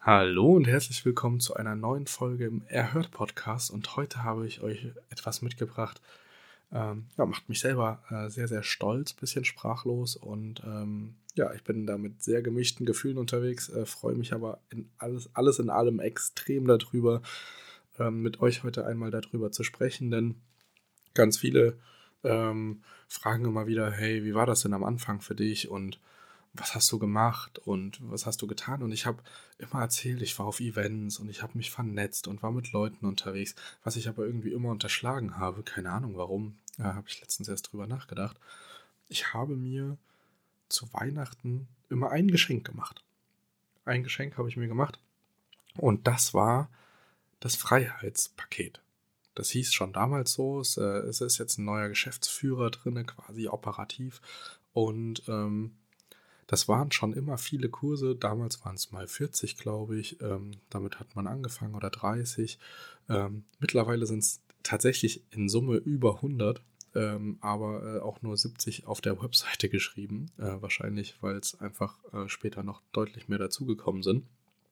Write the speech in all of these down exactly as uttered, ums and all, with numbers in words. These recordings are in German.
Hallo und herzlich willkommen zu einer neuen Folge im Erhört-Podcast und heute habe ich euch etwas mitgebracht, ähm, ja, macht mich selber äh, sehr, sehr stolz, bisschen sprachlos und ähm, ja, ich bin da mit sehr gemischten Gefühlen unterwegs, äh, freue mich aber in alles, alles in allem extrem darüber, ähm, mit euch heute einmal darüber zu sprechen, denn ganz viele ähm, fragen immer wieder, hey, wie war das denn am Anfang für dich und was hast du gemacht und was hast du getan? Und ich habe immer erzählt, ich war auf Events und ich habe mich vernetzt und war mit Leuten unterwegs, was ich aber irgendwie immer unterschlagen habe. Keine Ahnung warum, da habe ich letztens erst drüber nachgedacht. Ich habe mir zu Weihnachten immer ein Geschenk gemacht. Ein Geschenk habe ich mir gemacht und das war das Freiheitspaket. Das hieß schon damals so, es, äh, es ist jetzt ein neuer Geschäftsführer drin, quasi operativ und ähm, das waren schon immer viele Kurse. Damals waren es mal vierzig, glaube ich. Ähm, damit hat man angefangen oder dreißig. Ähm, mittlerweile sind es tatsächlich in Summe über hundert, ähm, aber äh, auch nur siebzig auf der Webseite geschrieben. Äh, wahrscheinlich, weil es einfach äh, später noch deutlich mehr dazugekommen sind.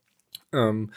Ähm,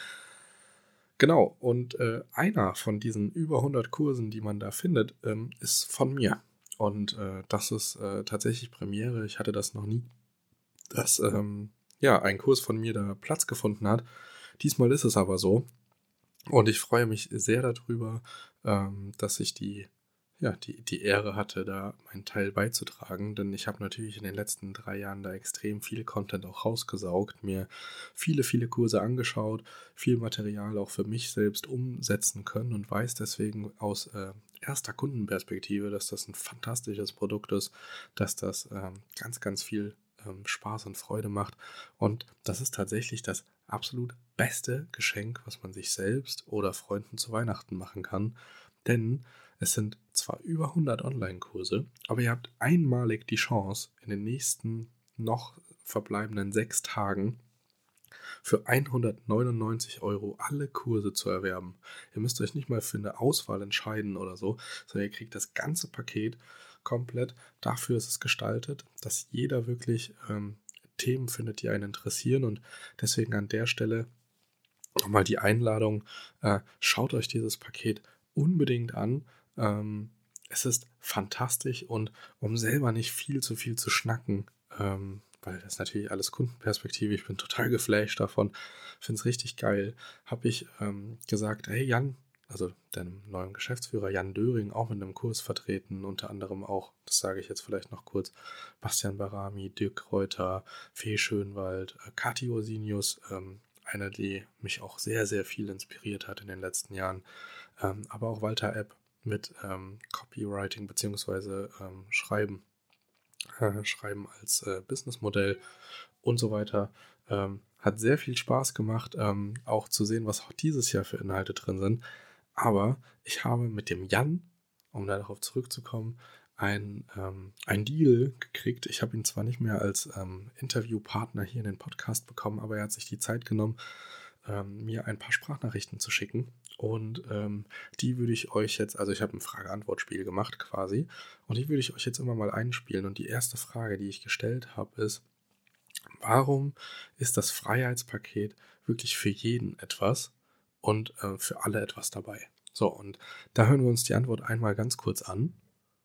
genau, und äh, einer von diesen über hundert Kursen, die man da findet, ähm, ist von mir. Und äh, das ist äh, tatsächlich Premiere. Ich hatte das noch nie, dass ähm, ja, ein Kurs von mir da Platz gefunden hat. Diesmal ist es aber so. Und ich freue mich sehr darüber, ähm, dass ich die, ja, die, die Ehre hatte, da meinen Teil beizutragen. Denn ich habe natürlich in den letzten drei Jahren da extrem viel Content auch rausgesaugt, mir viele, viele Kurse angeschaut, viel Material auch für mich selbst umsetzen können und weiß deswegen aus äh, erster Kundenperspektive, dass das ein fantastisches Produkt ist, dass das ähm, ganz, ganz viel ähm, Spaß und Freude macht. Und das ist tatsächlich das absolut beste Geschenk, was man sich selbst oder Freunden zu Weihnachten machen kann. Denn es sind zwar über hundert Online-Kurse, aber ihr habt einmalig die Chance, in den nächsten noch verbleibenden sechs Tagen für hundertneunundneunzig Euro alle Kurse zu erwerben. Ihr müsst euch nicht mal für eine Auswahl entscheiden oder so, sondern ihr kriegt das ganze Paket komplett. Dafür ist es gestaltet, dass jeder wirklich ähm, Themen findet, die einen interessieren, und deswegen an der Stelle nochmal die Einladung, äh, schaut euch dieses Paket unbedingt an. Ähm, es ist fantastisch, und um selber nicht viel zu viel zu schnacken, ähm, weil das natürlich alles Kundenperspektive, ich bin total geflasht davon, finde es richtig geil, habe ich ähm, gesagt, hey Jan, also deinem neuen Geschäftsführer Jan Döring, auch mit einem Kurs vertreten, unter anderem auch, das sage ich jetzt vielleicht noch kurz, Bastian Barami, Dirk Reuter, Fee Schönwald, äh, Kathi Osinius, ähm, eine, die mich auch sehr, sehr viel inspiriert hat in den letzten Jahren, ähm, aber auch Walter Epp mit ähm, Copywriting bzw. Ähm, Schreiben, äh, Schreiben als äh, Businessmodell und so weiter. Ähm, hat sehr viel Spaß gemacht, ähm, auch zu sehen, was auch dieses Jahr für Inhalte drin sind. Aber ich habe mit dem Jan, um darauf zurückzukommen, ein, ähm, ein Deal gekriegt. Ich habe ihn zwar nicht mehr als ähm, Interviewpartner hier in den Podcast bekommen, aber er hat sich die Zeit genommen, ähm, mir ein paar Sprachnachrichten zu schicken. Und ähm, die würde ich euch jetzt, also ich habe ein Frage-Antwort-Spiel gemacht quasi, und die würde ich euch jetzt immer mal einspielen. Und die erste Frage, die ich gestellt habe, ist, warum ist das Freiheitspaket wirklich für jeden etwas und äh, für alle etwas dabei? So, und da hören wir uns die Antwort einmal ganz kurz an.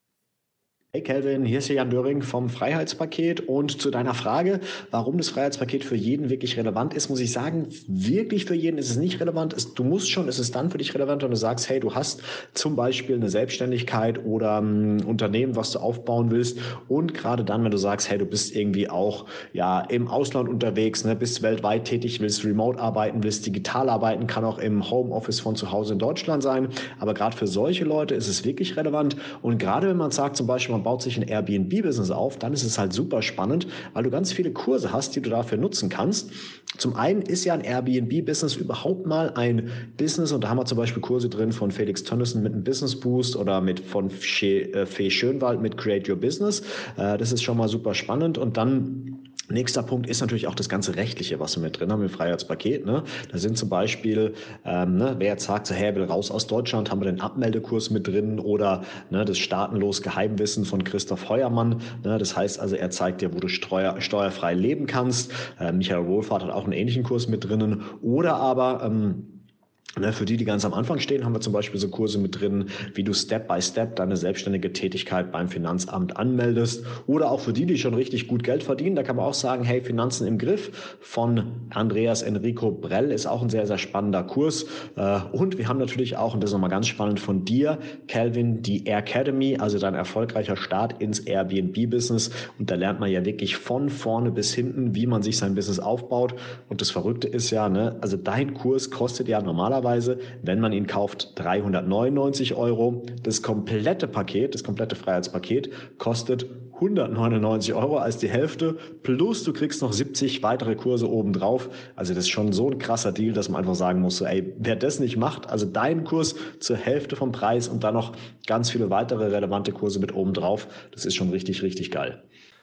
Hey Kelvin, hier ist der Jan Döring vom Freiheitspaket, und zu deiner Frage, warum das Freiheitspaket für jeden wirklich relevant ist, muss ich sagen, wirklich für jeden ist es nicht relevant. Es, du musst schon, es ist dann für dich relevant, wenn du sagst, hey, du hast zum Beispiel eine Selbstständigkeit oder ein Unternehmen, was du aufbauen willst, und gerade dann, wenn du sagst, hey, du bist irgendwie auch ja im Ausland unterwegs, ne, bist weltweit tätig, willst remote arbeiten, willst digital arbeiten, kann auch im Homeoffice von zu Hause in Deutschland sein, aber gerade für solche Leute ist es wirklich relevant. Und gerade wenn man sagt, zum Beispiel, man baut sich ein Airbnb-Business auf, dann ist es halt super spannend, weil du ganz viele Kurse hast, die du dafür nutzen kannst. Zum einen ist ja ein Airbnb-Business überhaupt mal ein Business, und da haben wir zum Beispiel Kurse drin von Felix Tönnissen mit einem Business Boost oder mit von Fee Schönwald mit Create Your Business. Das ist schon mal super spannend. Und dann Nächster Punkt ist natürlich auch das ganze Rechtliche, was wir mit drin haben im Freiheitspaket. Ne? Da sind zum Beispiel, ähm, ne, wer jetzt sagt, so, hey, will raus aus Deutschland, haben wir den Abmeldekurs mit drin oder ne, das staatenlos Geheimwissen von Christoph Heuermann. Ne? Das heißt also, er zeigt dir, wo du steuer, steuerfrei leben kannst. Äh, Michael Wohlfahrt hat auch einen ähnlichen Kurs mit drinnen. Oder aber ähm, Ne, für die, die ganz am Anfang stehen, haben wir zum Beispiel so Kurse mit drin, wie du Step by Step deine selbstständige Tätigkeit beim Finanzamt anmeldest. Oder auch für die, die schon richtig gut Geld verdienen, da kann man auch sagen, hey, Finanzen im Griff von Andreas Enrico Brell ist auch ein sehr, sehr spannender Kurs. Und wir haben natürlich auch, und das ist nochmal ganz spannend von dir, Calvin, die Air Academy, also dein erfolgreicher Start ins Airbnb-Business. Und da lernt man ja wirklich von vorne bis hinten, wie man sich sein Business aufbaut. Und das Verrückte ist ja, ne, also dein Kurs kostet ja normalerweise, wenn man ihn kauft, dreihundertneunundneunzig Euro. Das komplette Paket, das komplette Freiheitspaket kostet hundertneunundneunzig Euro als die Hälfte, plus du kriegst noch siebzig weitere Kurse obendrauf. Also das ist schon so ein krasser Deal, dass man einfach sagen muss, so, ey, wer das nicht macht, also deinen Kurs zur Hälfte vom Preis und dann noch ganz viele weitere relevante Kurse mit obendrauf, das ist schon richtig, richtig geil.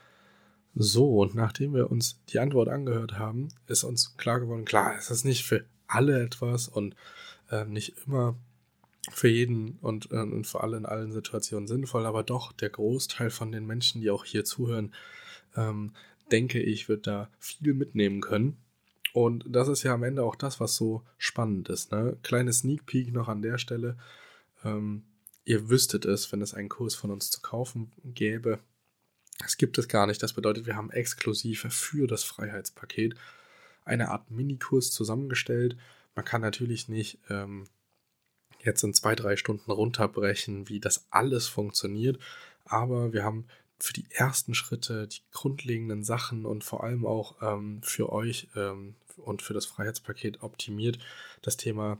So, und nachdem wir uns die Antwort angehört haben, ist uns klar geworden, klar, es ist nicht für alle etwas und äh, nicht immer für jeden und, äh, und für alle in allen Situationen sinnvoll, aber doch der Großteil von den Menschen, die auch hier zuhören, ähm, denke ich, wird da viel mitnehmen können. Und das ist ja am Ende auch das, was so spannend ist. Ne? Kleine Sneak Peek noch an der Stelle. Ähm, ihr wüsstet es, wenn es einen Kurs von uns zu kaufen gäbe. Es gibt es gar nicht. Das bedeutet, wir haben exklusiv für das Freiheitspaket eine Art Minikurs zusammengestellt. Man kann natürlich nicht ähm, jetzt in zwei, drei Stunden runterbrechen, wie das alles funktioniert, aber wir haben für die ersten Schritte, die grundlegenden Sachen und vor allem auch ähm, für euch ähm, und für das Freiheitspaket optimiert das Thema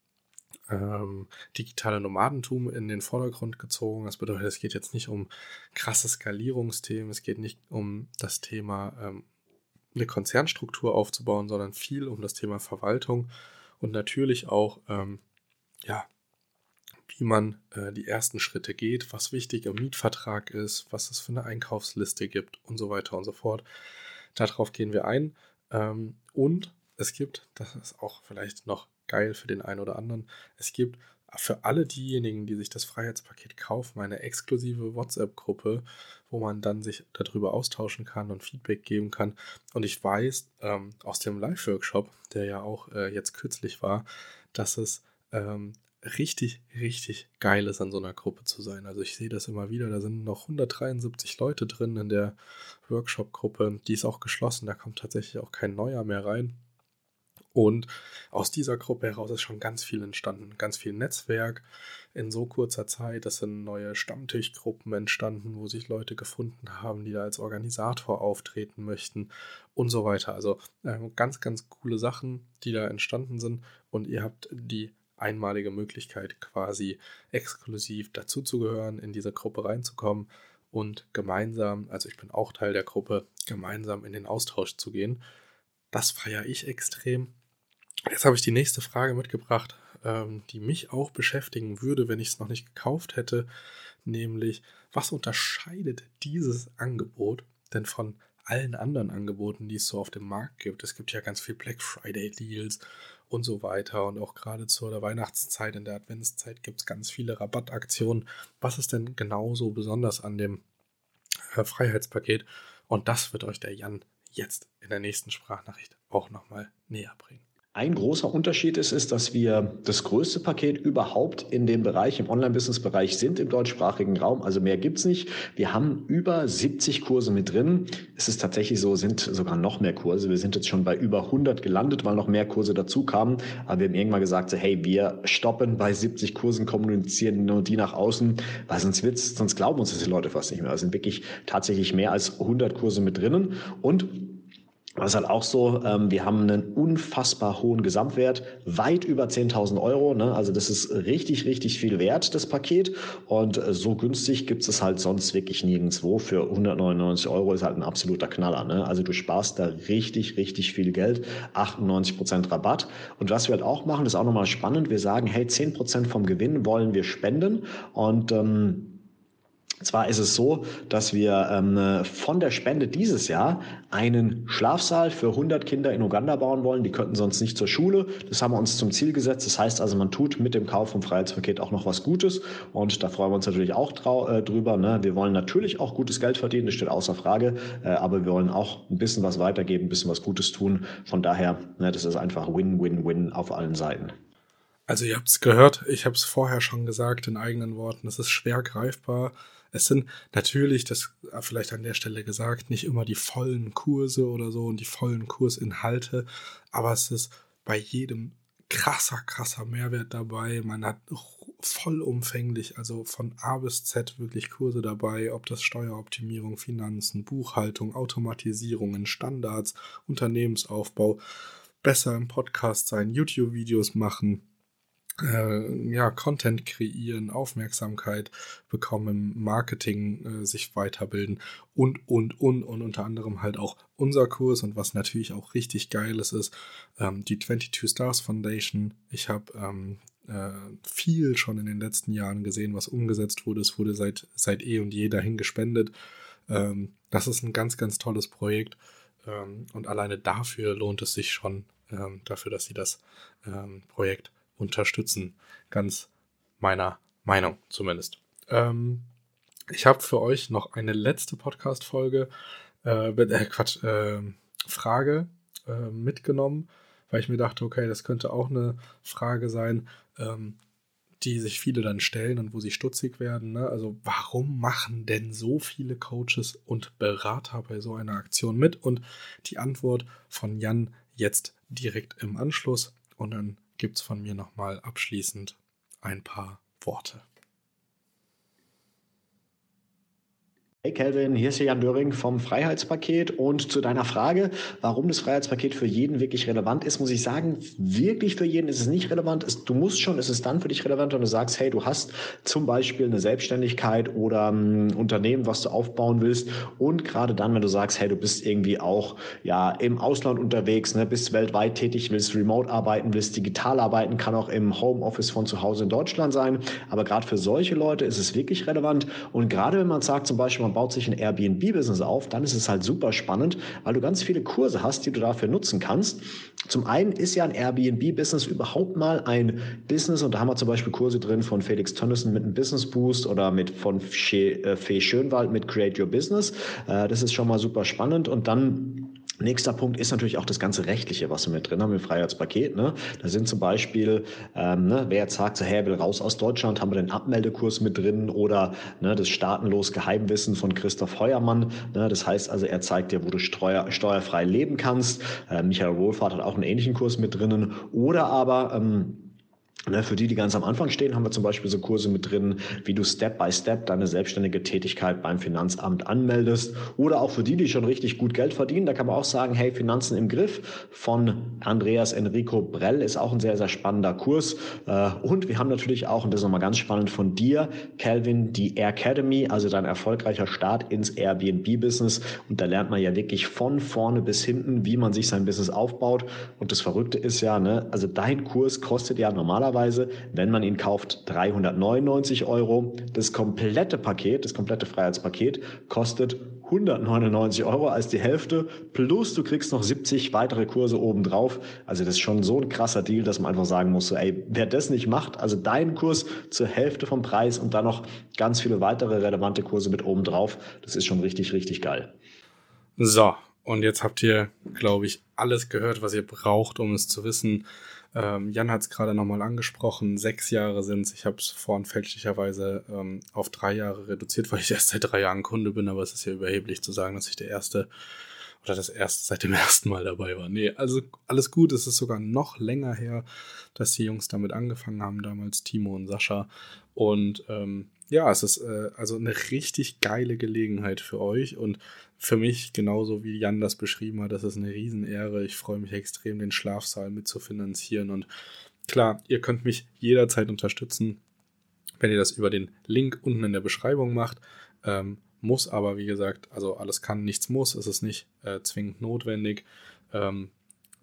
Ähm, digitale Nomadentum in den Vordergrund gezogen. Das bedeutet, es geht jetzt nicht um krasse Skalierungsthemen, es geht nicht um das Thema, ähm, eine Konzernstruktur aufzubauen, sondern viel um das Thema Verwaltung und natürlich auch, ähm, ja, wie man äh, die ersten Schritte geht, was wichtig im Mietvertrag ist, was es für eine Einkaufsliste gibt und so weiter und so fort. Darauf gehen wir ein. Ähm, und es gibt, das ist auch vielleicht noch geil für den einen oder anderen, es gibt für alle diejenigen, die sich das Freiheitspaket kaufen, eine exklusive WhatsApp-Gruppe, wo man dann sich darüber austauschen kann und Feedback geben kann. Und ich weiß ähm, aus dem Live-Workshop, der ja auch äh, jetzt kürzlich war, dass es ähm, richtig, richtig geil ist, an so einer Gruppe zu sein. Also ich sehe das immer wieder, da sind noch hundertdreiundsiebzig Leute drin in der Workshop-Gruppe, die ist auch geschlossen, da kommt tatsächlich auch kein neuer mehr rein. Und aus dieser Gruppe heraus ist schon ganz viel entstanden, ganz viel Netzwerk in so kurzer Zeit. Es sind neue Stammtischgruppen entstanden, wo sich Leute gefunden haben, die da als Organisator auftreten möchten und so weiter. Also äh, ganz, ganz coole Sachen, die da entstanden sind. Und ihr habt die einmalige Möglichkeit, quasi exklusiv dazuzugehören, in diese Gruppe reinzukommen und gemeinsam, also ich bin auch Teil der Gruppe, gemeinsam in den Austausch zu gehen. Das feiere ich extrem. Jetzt habe ich die nächste Frage mitgebracht, ähm, die mich auch beschäftigen würde, wenn ich es noch nicht gekauft hätte, nämlich, was unterscheidet dieses Angebot denn von allen anderen Angeboten, die es so auf dem Markt gibt? Es gibt ja ganz viel Black Friday Deals und so weiter und auch gerade zur der Weihnachtszeit, in der Adventszeit gibt es ganz viele Rabattaktionen. Was ist denn genauso besonders an dem äh, Freiheitspaket? Und das wird euch der Jan jetzt in der nächsten Sprachnachricht auch nochmal näher bringen. Ein großer Unterschied ist, ist, dass wir das größte Paket überhaupt in dem Bereich, im Online-Business-Bereich sind im deutschsprachigen Raum. Also mehr gibt's nicht. Wir haben über siebzig Kurse mit drin. Es ist tatsächlich so, sind sogar noch mehr Kurse. Wir sind jetzt schon bei über hundert gelandet, weil noch mehr Kurse dazu kamen. Aber wir haben irgendwann gesagt, so, hey, wir stoppen bei siebzig Kursen, kommunizieren nur die nach außen, weil sonst wird's, sonst glauben uns das die Leute fast nicht mehr. Es sind wirklich tatsächlich mehr als hundert Kurse mit drinnen. Und das ist halt auch so, ähm, wir haben einen unfassbar hohen Gesamtwert, weit über zehntausend Euro. Ne? Also das ist richtig, richtig viel wert, das Paket. Und äh, so günstig gibt es halt sonst wirklich nirgendwo. Für hundertneunundneunzig Euro ist halt ein absoluter Knaller. Ne? Also du sparst da richtig, richtig viel Geld, achtundneunzig Prozent Rabatt. Und was wir halt auch machen, ist auch nochmal spannend. Wir sagen, hey, zehn Prozent vom Gewinn wollen wir spenden. Und ähm, Zwar ist es so, dass wir ähm, von der Spende dieses Jahr einen Schlafsaal für hundert Kinder in Uganda bauen wollen. Die könnten sonst nicht zur Schule. Das haben wir uns zum Ziel gesetzt. Das heißt also, man tut mit dem Kauf vom Freiheitspaket auch noch was Gutes. Und da freuen wir uns natürlich auch trau- äh, drüber. Ne? Wir wollen natürlich auch gutes Geld verdienen, das steht außer Frage. Äh, aber wir wollen auch ein bisschen was weitergeben, ein bisschen was Gutes tun. Von daher, ne, das ist einfach Win-Win-Win auf allen Seiten. Also ihr habt es gehört, ich habe es vorher schon gesagt in eigenen Worten, es ist schwer greifbar. Es sind natürlich, das äh, vielleicht an der Stelle gesagt, nicht immer die vollen Kurse oder so und die vollen Kursinhalte, aber es ist bei jedem krasser, krasser Mehrwert dabei. Man hat vollumfänglich, also von A bis Z wirklich Kurse dabei, ob das Steueroptimierung, Finanzen, Buchhaltung, Automatisierungen, Standards, Unternehmensaufbau, besser im Podcast sein, YouTube-Videos machen, äh, ja, Content kreieren, Aufmerksamkeit bekommen, Marketing äh, sich weiterbilden und, und, und, und unter anderem halt auch unser Kurs und was natürlich auch richtig geil ist, ist ähm, die zweiundzwanzig Stars Foundation. Ich habe ähm, äh, viel schon in den letzten Jahren gesehen, was umgesetzt wurde. Es wurde seit, seit eh und je dahin gespendet. Ähm, das ist ein ganz, ganz tolles Projekt ähm, und alleine dafür lohnt es sich schon, ähm, dafür, dass sie das ähm, Projekt unterstützen. Ganz meiner Meinung zumindest. Ähm, ich habe für euch noch eine letzte Podcast-Folge, äh, äh, Quatsch, äh, Frage äh, mitgenommen, weil ich mir dachte, okay, das könnte auch eine Frage sein, ähm, die sich viele dann stellen und wo sie stutzig werden. Ne? Also warum machen denn so viele Coaches und Berater bei so einer Aktion mit? Und die Antwort von Jan jetzt direkt im Anschluss. Und dann gibt es von mir nochmal abschließend ein paar Worte. Hey Kelvin, hier ist Jan Döring vom Freiheitspaket und zu deiner Frage, warum das Freiheitspaket für jeden wirklich relevant ist, muss ich sagen, wirklich für jeden ist es nicht relevant. Es, du musst schon, es ist dann für dich relevant, wenn du sagst, hey, du hast zum Beispiel eine Selbstständigkeit oder ein Unternehmen, was du aufbauen willst und gerade dann, wenn du sagst, hey, du bist irgendwie auch ja im Ausland unterwegs, ne, bist weltweit tätig, willst remote arbeiten, willst digital arbeiten, kann auch im Homeoffice von zu Hause in Deutschland sein, aber gerade für solche Leute ist es wirklich relevant und gerade wenn man sagt zum Beispiel, man baut sich ein Airbnb-Business auf, dann ist es halt super spannend, weil du ganz viele Kurse hast, die du dafür nutzen kannst. Zum einen ist ja ein Airbnb-Business überhaupt mal ein Business und da haben wir zum Beispiel Kurse drin von Felix Tönnissen mit einem Business Boost oder mit von Fee Schönwald mit Create Your Business. Das ist schon mal super spannend und dann nächster Punkt ist natürlich auch das ganze Rechtliche, was wir mit drin haben im Freiheitspaket. Ne? Da sind zum Beispiel, ähm, ne, wer jetzt sagt, so, hey, er will raus aus Deutschland, haben wir den Abmeldekurs mit drin oder ne, das Staatenlos Geheimwissen von Christoph Heuermann. Ne? Das heißt also, er zeigt dir, wo du steuer, steuerfrei leben kannst. Äh, Michael Wohlfahrt hat auch einen ähnlichen Kurs mit drinnen. Oder aber ähm, für die, die ganz am Anfang stehen, haben wir zum Beispiel so Kurse mit drin, wie du Step by Step deine selbstständige Tätigkeit beim Finanzamt anmeldest. Oder auch für die, die schon richtig gut Geld verdienen, da kann man auch sagen, hey, Finanzen im Griff von Andreas Enrico Brell ist auch ein sehr, sehr spannender Kurs. Und wir haben natürlich auch, und das ist nochmal ganz spannend von dir, Kelvin, die Aircademy, also dein erfolgreicher Start ins Airbnb-Business. Und da lernt man ja wirklich von vorne bis hinten, wie man sich sein Business aufbaut. Und das Verrückte ist ja, ne, also dein Kurs kostet ja normalerweise, wenn man ihn kauft, dreihundertneunundneunzig Euro. Das komplette Paket, das komplette Freiheitspaket kostet hundertneunundneunzig Euro als die Hälfte. Plus du kriegst noch siebzig weitere Kurse obendrauf. Also das ist schon so ein krasser Deal, dass man einfach sagen muss, so, ey, wer das nicht macht, also deinen Kurs zur Hälfte vom Preis und dann noch ganz viele weitere relevante Kurse mit obendrauf, das ist schon richtig, richtig geil. So, und jetzt habt ihr, glaube ich, alles gehört, was ihr braucht, um es zu wissen. Ähm, Jan hat es gerade nochmal angesprochen, sechs Jahre sind es. Ich habe es vorhin fälschlicherweise ähm, auf drei Jahre reduziert, weil ich erst seit drei Jahren Kunde bin, aber es ist ja überheblich zu sagen, dass ich der Erste oder das erste seit dem ersten Mal dabei war. Nee, also alles gut, es ist sogar noch länger her, dass die Jungs damit angefangen haben, damals Timo und Sascha. Und ähm, ja, es ist äh, also eine richtig geile Gelegenheit für euch und für mich, genauso wie Jan das beschrieben hat, das ist eine Riesenehre. Ich freue mich extrem, den Schlafsaal mitzufinanzieren. Und klar, ihr könnt mich jederzeit unterstützen, wenn ihr das über den Link unten in der Beschreibung macht. Ähm, muss aber, wie gesagt, also alles kann, nichts muss. Es ist nicht äh, zwingend notwendig. Ähm,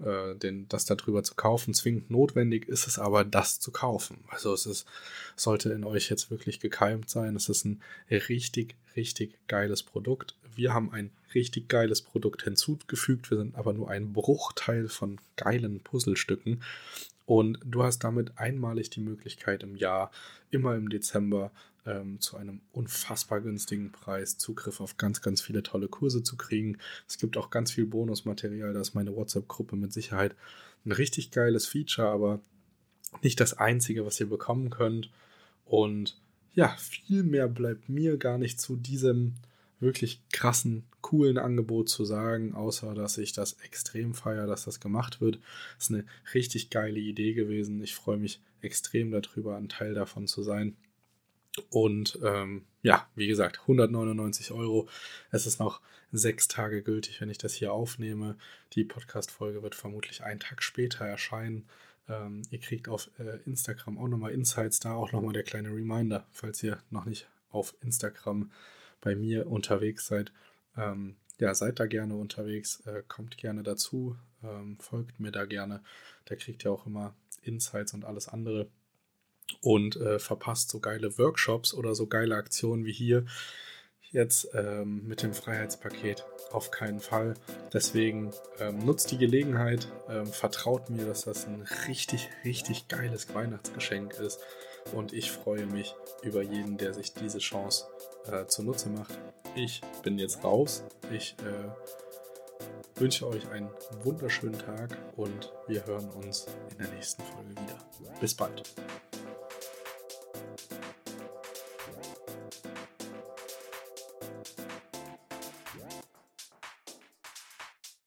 äh, den, das darüber zu kaufen. Zwingend notwendig ist es aber, das zu kaufen. Also es ist, sollte in euch jetzt wirklich gekeimt sein. Es ist ein richtig, richtig geiles Produkt. Wir haben ein richtig geiles Produkt hinzugefügt. Wir sind aber nur ein Bruchteil von geilen Puzzlestücken. Und du hast damit einmalig die Möglichkeit im Jahr, immer im Dezember, ähm, zu einem unfassbar günstigen Preis Zugriff auf ganz, ganz viele tolle Kurse zu kriegen. Es gibt auch ganz viel Bonusmaterial. Da ist meine WhatsApp-Gruppe mit Sicherheit ein richtig geiles Feature, aber nicht das einzige, was ihr bekommen könnt. Und ja, viel mehr bleibt mir gar nicht zu diesem wirklich krassen, coolen Angebot zu sagen, außer dass ich das extrem feiere, dass das gemacht wird. Das ist eine richtig geile Idee gewesen. Ich freue mich extrem darüber, ein Teil davon zu sein. Und ähm, ja, wie gesagt, hundertneunundneunzig Euro. Es ist noch sechs Tage gültig, wenn ich das hier aufnehme. Die Podcast-Folge wird vermutlich einen Tag später erscheinen. Ähm, ihr kriegt auf äh, Instagram auch nochmal Insights, da auch nochmal der kleine Reminder, falls ihr noch nicht auf Instagram bei mir unterwegs seid. Ähm, ja, seid da gerne unterwegs, äh, kommt gerne dazu, ähm, folgt mir da gerne. Da kriegt ihr auch immer Insights und alles andere. Und äh, verpasst so geile Workshops oder so geile Aktionen wie hier jetzt ähm, mit dem Freiheitspaket auf keinen Fall. Deswegen ähm, nutzt die Gelegenheit, ähm, vertraut mir, dass das ein richtig, richtig geiles Weihnachtsgeschenk ist. Und ich freue mich über jeden, der sich diese Chance äh, zunutze macht. Ich bin jetzt raus. Ich äh, wünsche euch einen wunderschönen Tag und wir hören uns in der nächsten Folge wieder. Bis bald.